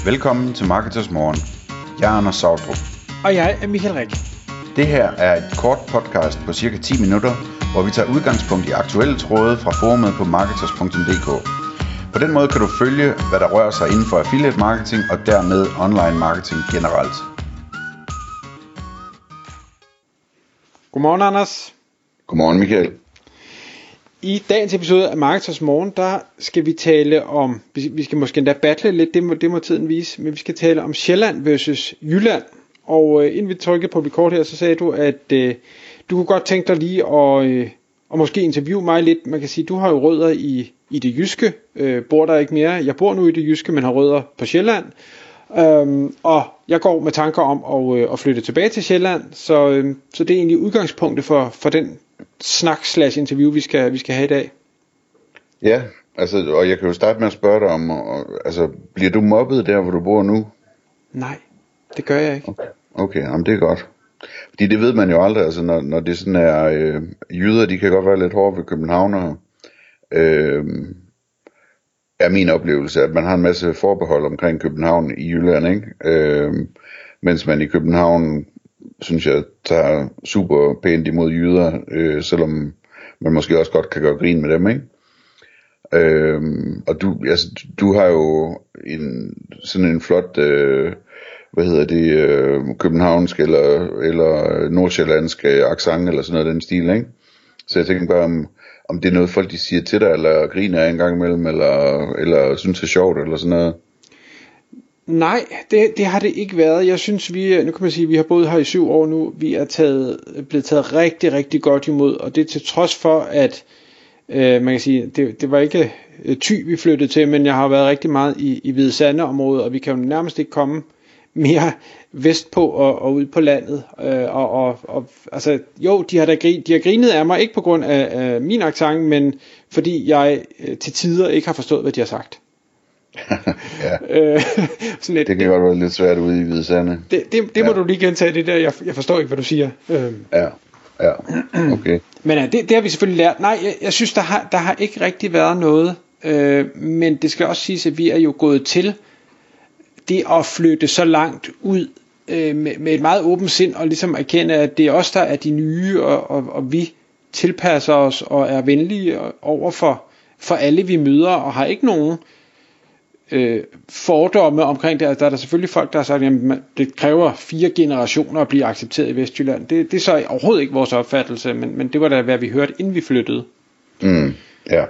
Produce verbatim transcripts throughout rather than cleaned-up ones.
Velkommen til Marketers Morgen. Jeg er Anders Sautrup. Og jeg er Michael Rik. Det her er et kort podcast på cirka ti minutter, hvor vi tager udgangspunkt i aktuelle tråde fra forumet på marketers punktum d k. På den måde kan du følge, hvad der rører sig inden for affiliate marketing og dermed online marketing generelt. Godmorgen, Anders. Godmorgen, Michael. I dagens episode af Marketers Morgen, der skal vi tale om, vi skal måske endda battle lidt, det må, det må tiden vise, men vi skal tale om Sjælland versus Jylland. Og øh, inden vi trykkede på record her, så sagde du, at øh, du kunne godt tænke dig lige at, øh, at måske interviewe mig lidt. Man kan sige, du har jo rødder i, i det jyske, øh, bor der ikke mere. Jeg bor nu i det jyske, men har rødder på Sjælland. Øhm, og jeg går med tanker om at, øh, at flytte tilbage til Sjælland, så, øh, så det er egentlig udgangspunktet for, for den snak slash interview, vi skal, vi skal have i dag. Ja, altså, og jeg kan jo starte med at spørge dig om, og, altså, bliver du mobbet der, hvor du bor nu? Nej, det gør jeg ikke. Okay, okay, jamen det er godt. Fordi det ved man jo aldrig, altså når, når det sådan er, øh, jyder, de kan godt være lidt hårde ved københavnere, øh, er min oplevelse, at man har en masse forbehold omkring København i Jylland, ikke? Øh, mens man i København, synes jeg, tager super pænt imod jyder, øh, selvom man måske også godt kan gøre grin med dem, ikke? Øh, og du, altså, du har jo en, sådan en flot, øh, hvad hedder det, øh, københavnsk eller, eller nordsjællandsk accent eller sådan noget af den stil, ikke? Så jeg tænker bare, om, om det er noget folk de siger til dig, eller griner af en gang imellem, eller, eller synes det er sjovt, eller sådan noget. Nej, det, det har det ikke været. Jeg synes, vi, nu kan man sige, vi har boet her i syv år nu. Vi er taget, blevet taget rigtig, rigtig godt imod, og det er til trods for, at øh, man kan sige, det, det var ikke øh, Thy, vi flyttede til, men jeg har været rigtig meget i, i Hvide Sande-området, og vi kan jo nærmest ikke komme mere vestpå og, og ud på landet. Øh, og, og, og altså, jo, de har da grin, de har grinet af mig, ikke på grund af, af min accent, men fordi jeg øh, til tider ikke har forstået, hvad de har sagt. Ja. øh, sådan lidt, det kan godt være lidt svært ude i Hvide Sande. Det, det, det ja. Må du lige gentage det der. Jeg, jeg forstår ikke hvad du siger. Øh. Ja, ja, okay. Men ja, det, det har vi selvfølgelig lært. Nej, jeg, jeg synes der har, der har ikke rigtig været noget. Øh, men det skal også siges, at vi er jo gået til det at flytte så langt ud øh, med, med et meget åbent sind og ligesom erkende, at det er os der er de nye, og, og, og vi tilpasser os og er venlige over for, for alle vi møder, og har ikke nogen Øh, fordomme omkring det. Der er der selvfølgelig folk, der har sagt, at det kræver fire generationer at blive accepteret i Vestjylland. Det, det er så overhovedet ikke vores opfattelse, men, men det var da, hvad vi hørte, inden vi flyttede. Mm, ja.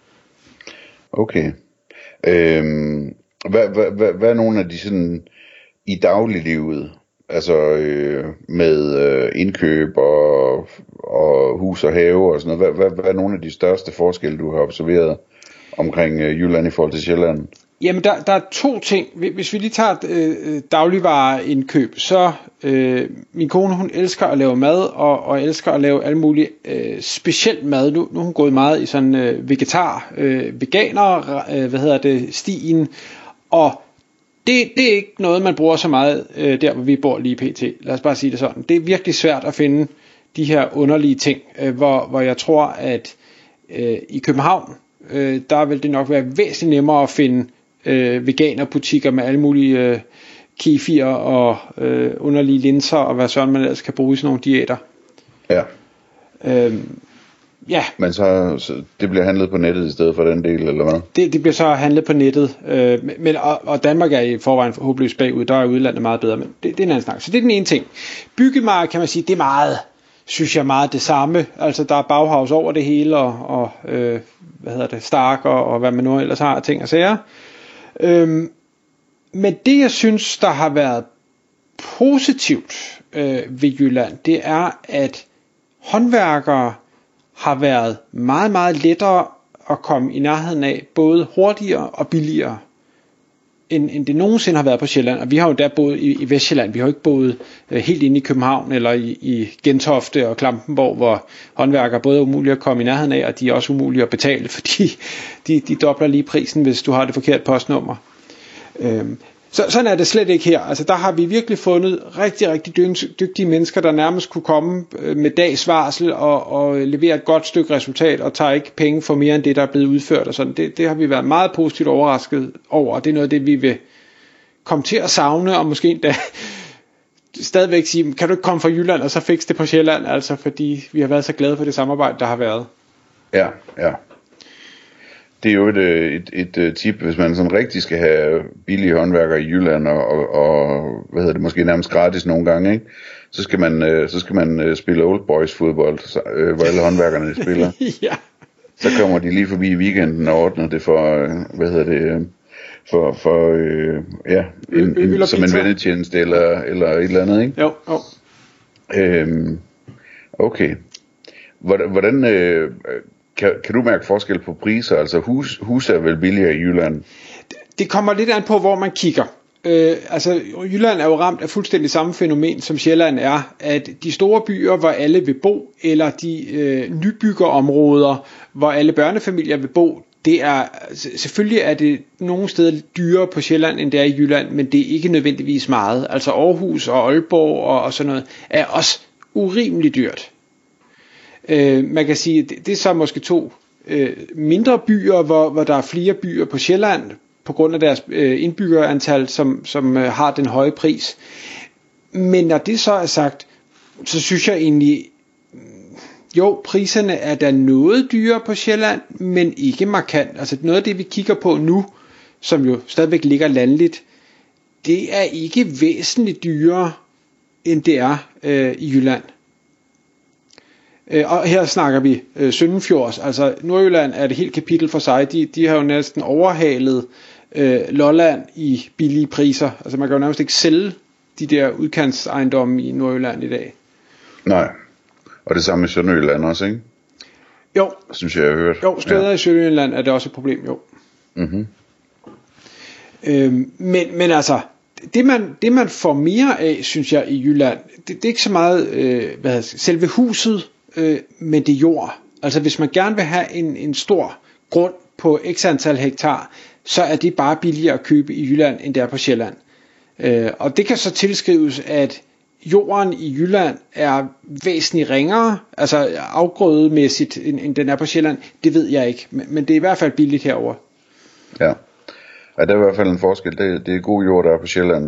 Okay. Øhm, hvad, hvad, hvad, hvad er nogle af de sådan i dagliglivet, altså øh, med øh, indkøb og, og hus og have og sådan noget, hvad, hvad, hvad er nogle af de største forskelle, du har observeret omkring øh, Jylland i forhold til Sjælland? Jamen der, der er to ting. Hvis vi lige tager øh, dagligvareindkøb, så øh, min kone, hun elsker at lave mad, og, og elsker at lave alle mulige øh, specielt mad. Nu, nu er hun gået meget i sådan øh, vegetar, øh, veganer, øh, hvad hedder det, stien, og det, det er ikke noget, man bruger så meget øh, der, hvor vi bor lige pt. Lad os bare sige det sådan. Det er virkelig svært at finde de her underlige ting, øh, hvor, hvor jeg tror, at øh, i København, øh, der vil det nok være væsentligt nemmere at finde Øh, veganerbutikker med alle mulige øh, kefir og øh, underlige linser og hvad sådan man ellers kan bruge i sådan nogle diæter. Ja. Øhm, ja. Men så, så det bliver handlet på nettet i stedet for den del, eller hvad? Det, det bliver så handlet på nettet. Øh, men, og, og Danmark er i forvejen håbløst bagud. Der er udlandet meget bedre, men det, det er en anden snak. Så det er den ene ting. Byggemarked kan man sige, det er meget, synes jeg meget det samme. Altså der er Bauhaus over det hele, og, og øh, hvad hedder det, Stark og, og hvad man nu ellers har ting og sager. Øhm, men det jeg synes der har været positivt øh, ved Jylland, det er at håndværkere har været meget meget lettere at komme i nærheden af, både hurtigere og billigere end, end det nogensinde har været på Sjælland. Og vi har jo der boet i, i Vestjylland, vi har jo ikke boet øh, helt inde i København eller i, i Gentofte og Klampenborg, hvor håndværkere både er umulige at komme i nærheden af, og de er også umulige at betale, fordi de, de dobler lige prisen, hvis du har det forkerte postnummer. Øhm, så sådan er det slet ikke her. Altså der har vi virkelig fundet rigtig rigtig dygtige mennesker, der nærmest kunne komme med dags varsel og, og levere et godt stykke resultat, og tager ikke penge for mere end det der er blevet udført og sådan. Det, det har vi været meget positivt overrasket over, og det er noget af det vi vil komme til at savne, og måske endda stadigvæk sige, kan du ikke komme fra Jylland og så fikse det på Sjælland, altså fordi vi har været så glade for det samarbejde, der har været. Ja, ja. Det er jo et, et, et, et tip, hvis man sådan rigtig skal have billige håndværkere i Jylland, og, og, og hvad hedder det, måske nærmest gratis nogle gange, ikke? Så skal man, så skal man spille Old Boys fodbold, hvor alle håndværkerne spiller. Ja. Så kommer de lige forbi i weekenden og ordner det for, hvad hedder det, for, for øh, ja, en, en, som en vennetjeneste eller, eller et eller andet, ikke? Jo, jo. Øhm, okay. Hvordan, hvordan øh, kan, kan du mærke forskel på priser? Altså hus, hus er vel billigere i Jylland? Det kommer lidt an på, hvor man kigger. Øh, altså Jylland er jo ramt af fuldstændig samme fænomen som Sjælland er, at de store byer, hvor alle vil bo, eller de øh, nybyggerområder, hvor alle børnefamilier vil bo, det er, selvfølgelig er det nogle steder dyrere på Sjælland, end det er i Jylland, men det er ikke nødvendigvis meget. Altså Aarhus og Aalborg og, og sådan noget er også urimeligt dyrt. Øh, man kan sige, det, det er så måske to øh, mindre byer, hvor, hvor der er flere byer på Sjælland, på grund af deres øh, indbyggerantal, som, som øh, har den høje pris. Men når det så er sagt, så synes jeg egentlig, jo, priserne er da noget dyrere på Sjælland, men ikke markant. Altså noget af det, vi kigger på nu, som jo stadigvæk ligger landligt, det er ikke væsentligt dyrere, end det er øh, i Jylland. Øh, og her snakker vi øh, Søndenfjords, altså Nordjylland er et helt kapitel for sig. De, de har jo næsten overhalet øh, Lolland i billige priser. Altså man kan jo nærmest ikke sælge de der udkantsejendomme i Nordjylland i dag. Nej. Og det samme med Sønderjylland også, ikke? Jo. Synes jeg, jeg har hørt. Jo, steder ja. I Sønderjylland er det også et problem, jo. Mhm. Øhm, men, men altså, det man, det man får mere af, synes jeg, i Jylland, det, det er ikke så meget øh, hvad hedder, selve huset, øh, men det er jord. Altså hvis man gerne vil have en, en stor grund på x antal hektar, så er det bare billigere at købe i Jylland, end det er på Sjælland. Øh, og det kan så tilskrives, at jorden i Jylland er væsentligt ringere, altså afgrødemæssigt, end, end den er på Sjælland. Det ved jeg ikke, men, men det er i hvert fald billigt herover. Ja, ja, der er i hvert fald en forskel. Det, det er god jord, der er på Sjælland,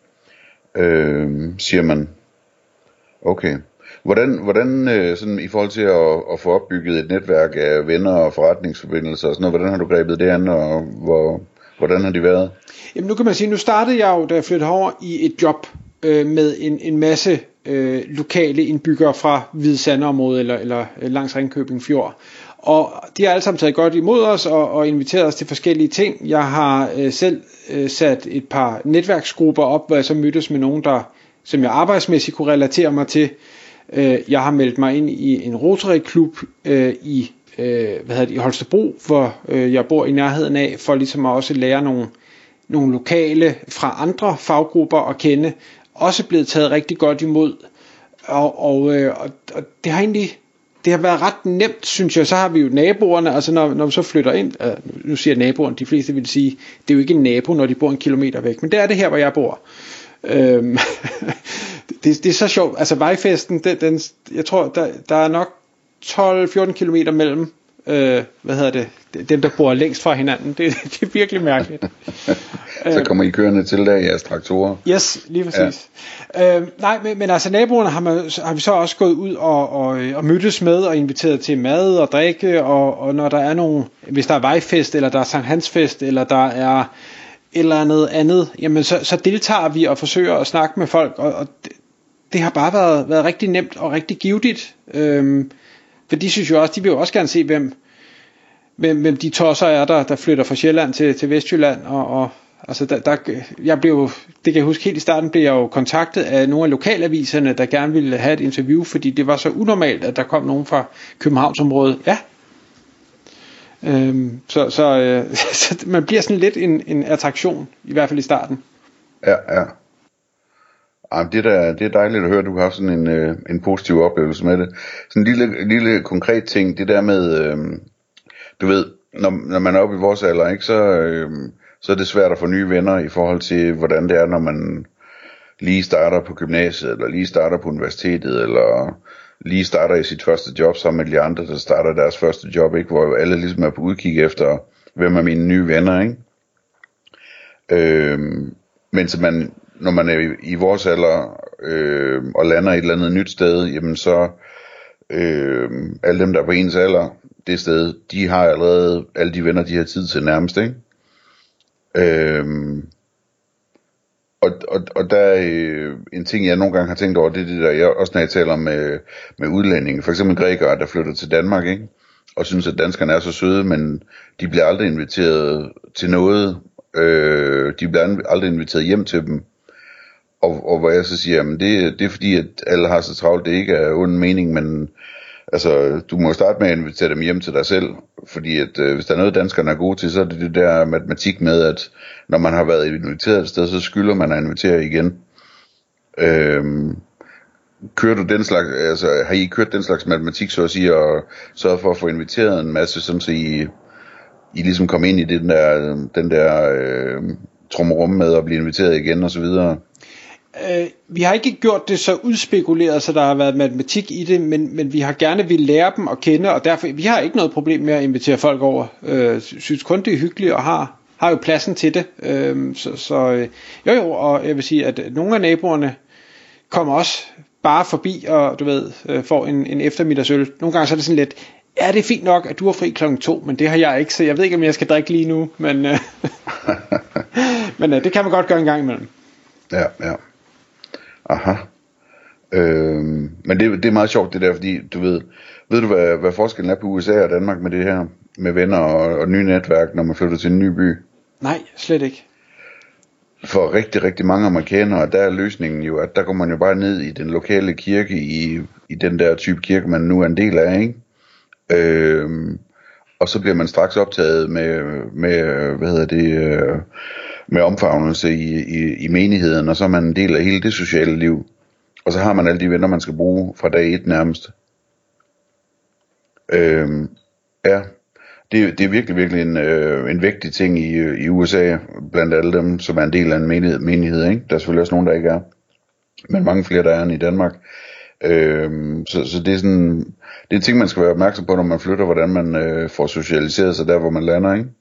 øh, siger man. Okay. Hvordan, hvordan øh, sådan i forhold til at, at få opbygget et netværk af venner og forretningsforbindelser og sådan noget, hvordan har du grebet det an, og hvor, hvordan har de været? Jamen nu kan man sige, nu startede jeg jo, da jeg flyttede over i et job øh, med en, en masse øh, lokale indbyggere fra Hvide Sande-området eller, eller langs Ringkøbing Fjord. Og de har alle sammen taget godt imod os og, og inviteret os til forskellige ting. Jeg har øh, selv øh, sat et par netværksgrupper op, hvor jeg så mødtes med nogen, der, som jeg arbejdsmæssigt kunne relatere mig til. Jeg har meldt mig ind i en Rotary-klub øh, i, øh, hvad hedder det, i Holstebro, hvor øh, jeg bor i nærheden af, for ligesom at også lære nogle, nogle lokale fra andre faggrupper at kende. Også blevet taget rigtig godt imod, og, og, øh, og, og det har egentlig det har været ret nemt, synes jeg. Så har vi jo naboerne, altså når, når vi så flytter ind, øh, nu siger naboerne, de fleste vil sige, det er jo ikke en nabo, når de bor en kilometer væk, men det er det her, hvor jeg bor. Øhm, det, det er så sjovt. Altså vejfesten, den, den, jeg tror der, der er nok tolv til fjorten kilometer mellem øh, hvad hedder det, dem der bor længst fra hinanden. Det, det er virkelig mærkeligt. Så kommer I kørende til der i jeres traktorer. Yes, lige præcis. Ja. øh, Nej, men, men altså naboerne har, man, har vi så også gået ud og, og, og mødtes med og inviteret til mad og drikke, og, og når der er nogle, hvis der er vejfest eller der er Sankt Hans fest eller der er eller noget andet, jamen så, så deltager vi og forsøger at snakke med folk, og, og det, det har bare været, været rigtig nemt og rigtig givetigt, øhm, for de synes jo også, de vil jo også gerne se, hvem, hvem, hvem de tosser er der, der flytter fra Sjælland til, til Vestjylland, og, og altså der, der, jeg blev, det kan jeg huske helt i starten, blev jeg jo kontaktet af nogle af lokalaviserne, der gerne ville have et interview, fordi det var så unormalt, at der kom nogen fra Københavnsområdet. Ja. Øhm, så, så, øh, så man bliver sådan lidt en, en attraktion, i hvert fald i starten. Ja, ja. Ej, det, der, det er dejligt at høre, at du har haft sådan en, øh, en positiv oplevelse med det. Sådan en lille, lille konkret ting, det der med, øh, du ved, når, når man er oppe i vores alder, ikke, så, øh, så er det svært at få nye venner i forhold til, hvordan det er, når man lige starter på gymnasiet, eller lige starter på universitetet, eller lige starter i sit første job sammen med de andre, der starter deres første job, ikke, hvor alle ligesom er på udkig efter, hvem er mine nye venner, ikke? Øhm, mens man, når man er i, i vores alder øh, og lander et eller andet nyt sted, jamen så øh, alle dem der er på ens alder, det sted, de har allerede alle de venner de har tid til nærmest, ikke? Øh, og, og, og der er øh, en ting jeg nogle gange har tænkt over, det er det der, jeg, også når jeg taler med, med udlændinge, for eksempel grækere der flytter til Danmark, ikke? Og synes at danskerne er så søde, men de bliver aldrig inviteret til noget, øh, de bliver aldrig inviteret hjem til dem. Og, og hvor jeg så siger, jamen det, det er fordi at alle har så travlt, det ikke er ond mening, men altså du må starte med at invitere dem hjem til dig selv, fordi at øh, hvis der er noget danskerne er gode til, så er det det der matematik med, at når man har været inviteret et sted, så skylder man at invitere igen. Øhm, kører du den slags, altså har I kørt den slags matematik, så at sige, og sørget for at få inviteret en masse, sådan så I, I ligesom kom ind i den der, den der øh, trummerum med at blive inviteret igen og så videre? Øh, vi har ikke gjort det så udspekuleret, så der har været matematik i det, men, men vi har gerne vil lære dem at kende, og derfor vi har ikke noget problem med at invitere folk over. Øh, synes kun det er hyggeligt og har, har jo pladsen til det. Øh, så så øh, jo jo, og jeg vil sige, at nogle af naboerne kommer også bare forbi og du ved øh, får en, en eftermiddagsøl. Nogle gange så er det sådan lidt, ja det er fint nok at du er fri klokken to, men det har jeg ikke, så jeg ved ikke om jeg skal drikke lige nu, men, øh, men øh, det kan man godt gøre en gang imellem. Ja, ja. Aha. Øhm, men det, det er meget sjovt det der, fordi du ved, ved du hvad, hvad forskellen er på U S A og Danmark med det her, med venner og, og nye netværk, når man flytter til en ny by? Nej, slet ikke. For rigtig, rigtig mange amerikanere, der er løsningen jo, at der går man jo bare ned i den lokale kirke, i, i den der type kirke, man nu er en del af, ikke? Øhm, og så bliver man straks optaget med, med hvad hedder det, øh, med omfavnelse i, i, i menigheden, og så er man en del af hele det sociale liv. Og så har man alle de venner, man skal bruge fra dag et nærmest. Øhm, ja, det, det er virkelig, virkelig en, øh, en vigtig ting i, i U S A, blandt alle dem, som er en del af en menighed, menighed, ikke? Der er selvfølgelig også nogen, der ikke er, men mange flere, der er end i Danmark. Øhm, så, så det er sådan, det er en ting, man skal være opmærksom på, når man flytter, hvordan man øh, får socialiseret sig der, hvor man lander, ikke?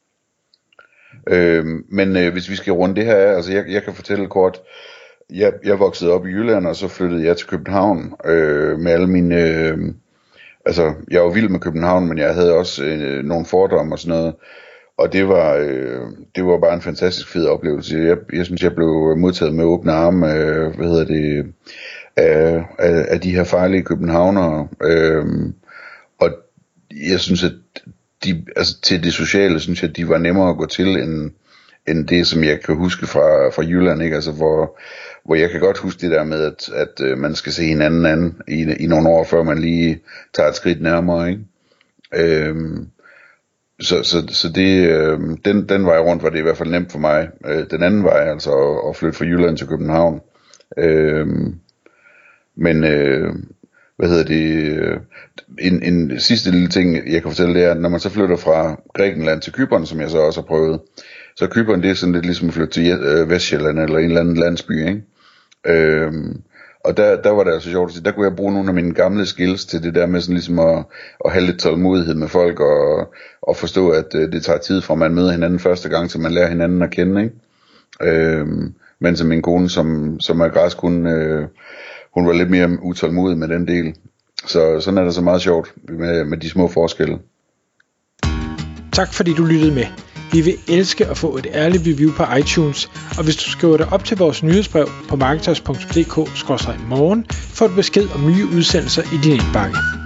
Øhm, men øh, hvis vi skal runde det her af, altså jeg, jeg kan fortælle kort, jeg, jeg voksede op i Jylland, og så flyttede jeg til København øh, med alle mine, øh, altså jeg var vild med København, men jeg havde også øh, nogle fordomme og sådan noget, og det var, øh, det var bare en fantastisk fed oplevelse. Jeg, jeg synes, jeg blev modtaget med åbne arme, øh, hvad hedder det, af, af, af de her farlige københavnere, øh, og jeg synes, at de, altså til det sociale, synes jeg, at de var nemmere at gå til, end, end det, som jeg kan huske fra, fra Jylland, ikke? Altså, hvor, hvor jeg kan godt huske det der med, at, at uh, man skal se hinanden anden i, i nogle år, før man lige tager et skridt nærmere, ikke? Øhm, så, så, så det, øh, den, den vej rundt var det i hvert fald nemt for mig. Øh, den anden vej, altså at, at flytte fra Jylland til København. Øhm, men... Øh, hvad hedder det, en, en sidste lille ting, jeg kan fortælle, det er, at når man så flytter fra Grækenland til Cypern, som jeg så også har prøvet, så Cypern, det er sådan lidt ligesom at flytte til øh, Vestjylland, eller en eller anden landsby, ikke? Øhm, og der, der var det altså sjovt, der kunne jeg bruge nogle af mine gamle skills til det der med sådan ligesom at, at have lidt tålmodighed med folk, og, og forstå, at øh, det tager tid fra, man møder hinanden første gang, til man lærer hinanden at kende, ikke? Øhm, men som min kone, som, som er græsk, hun... Øh, Hun var lidt mere utålmodig med den del. Så sådan er det så meget sjovt med, med de små forskelle. Tak fordi du lyttede med. Vi vil elske at få et ærligt review på iTunes, og hvis du skriver dig op til vores nyhedsbrev på marketers punktum d k skråstreg morgen, får du besked om nye udsendelser i din indbakke.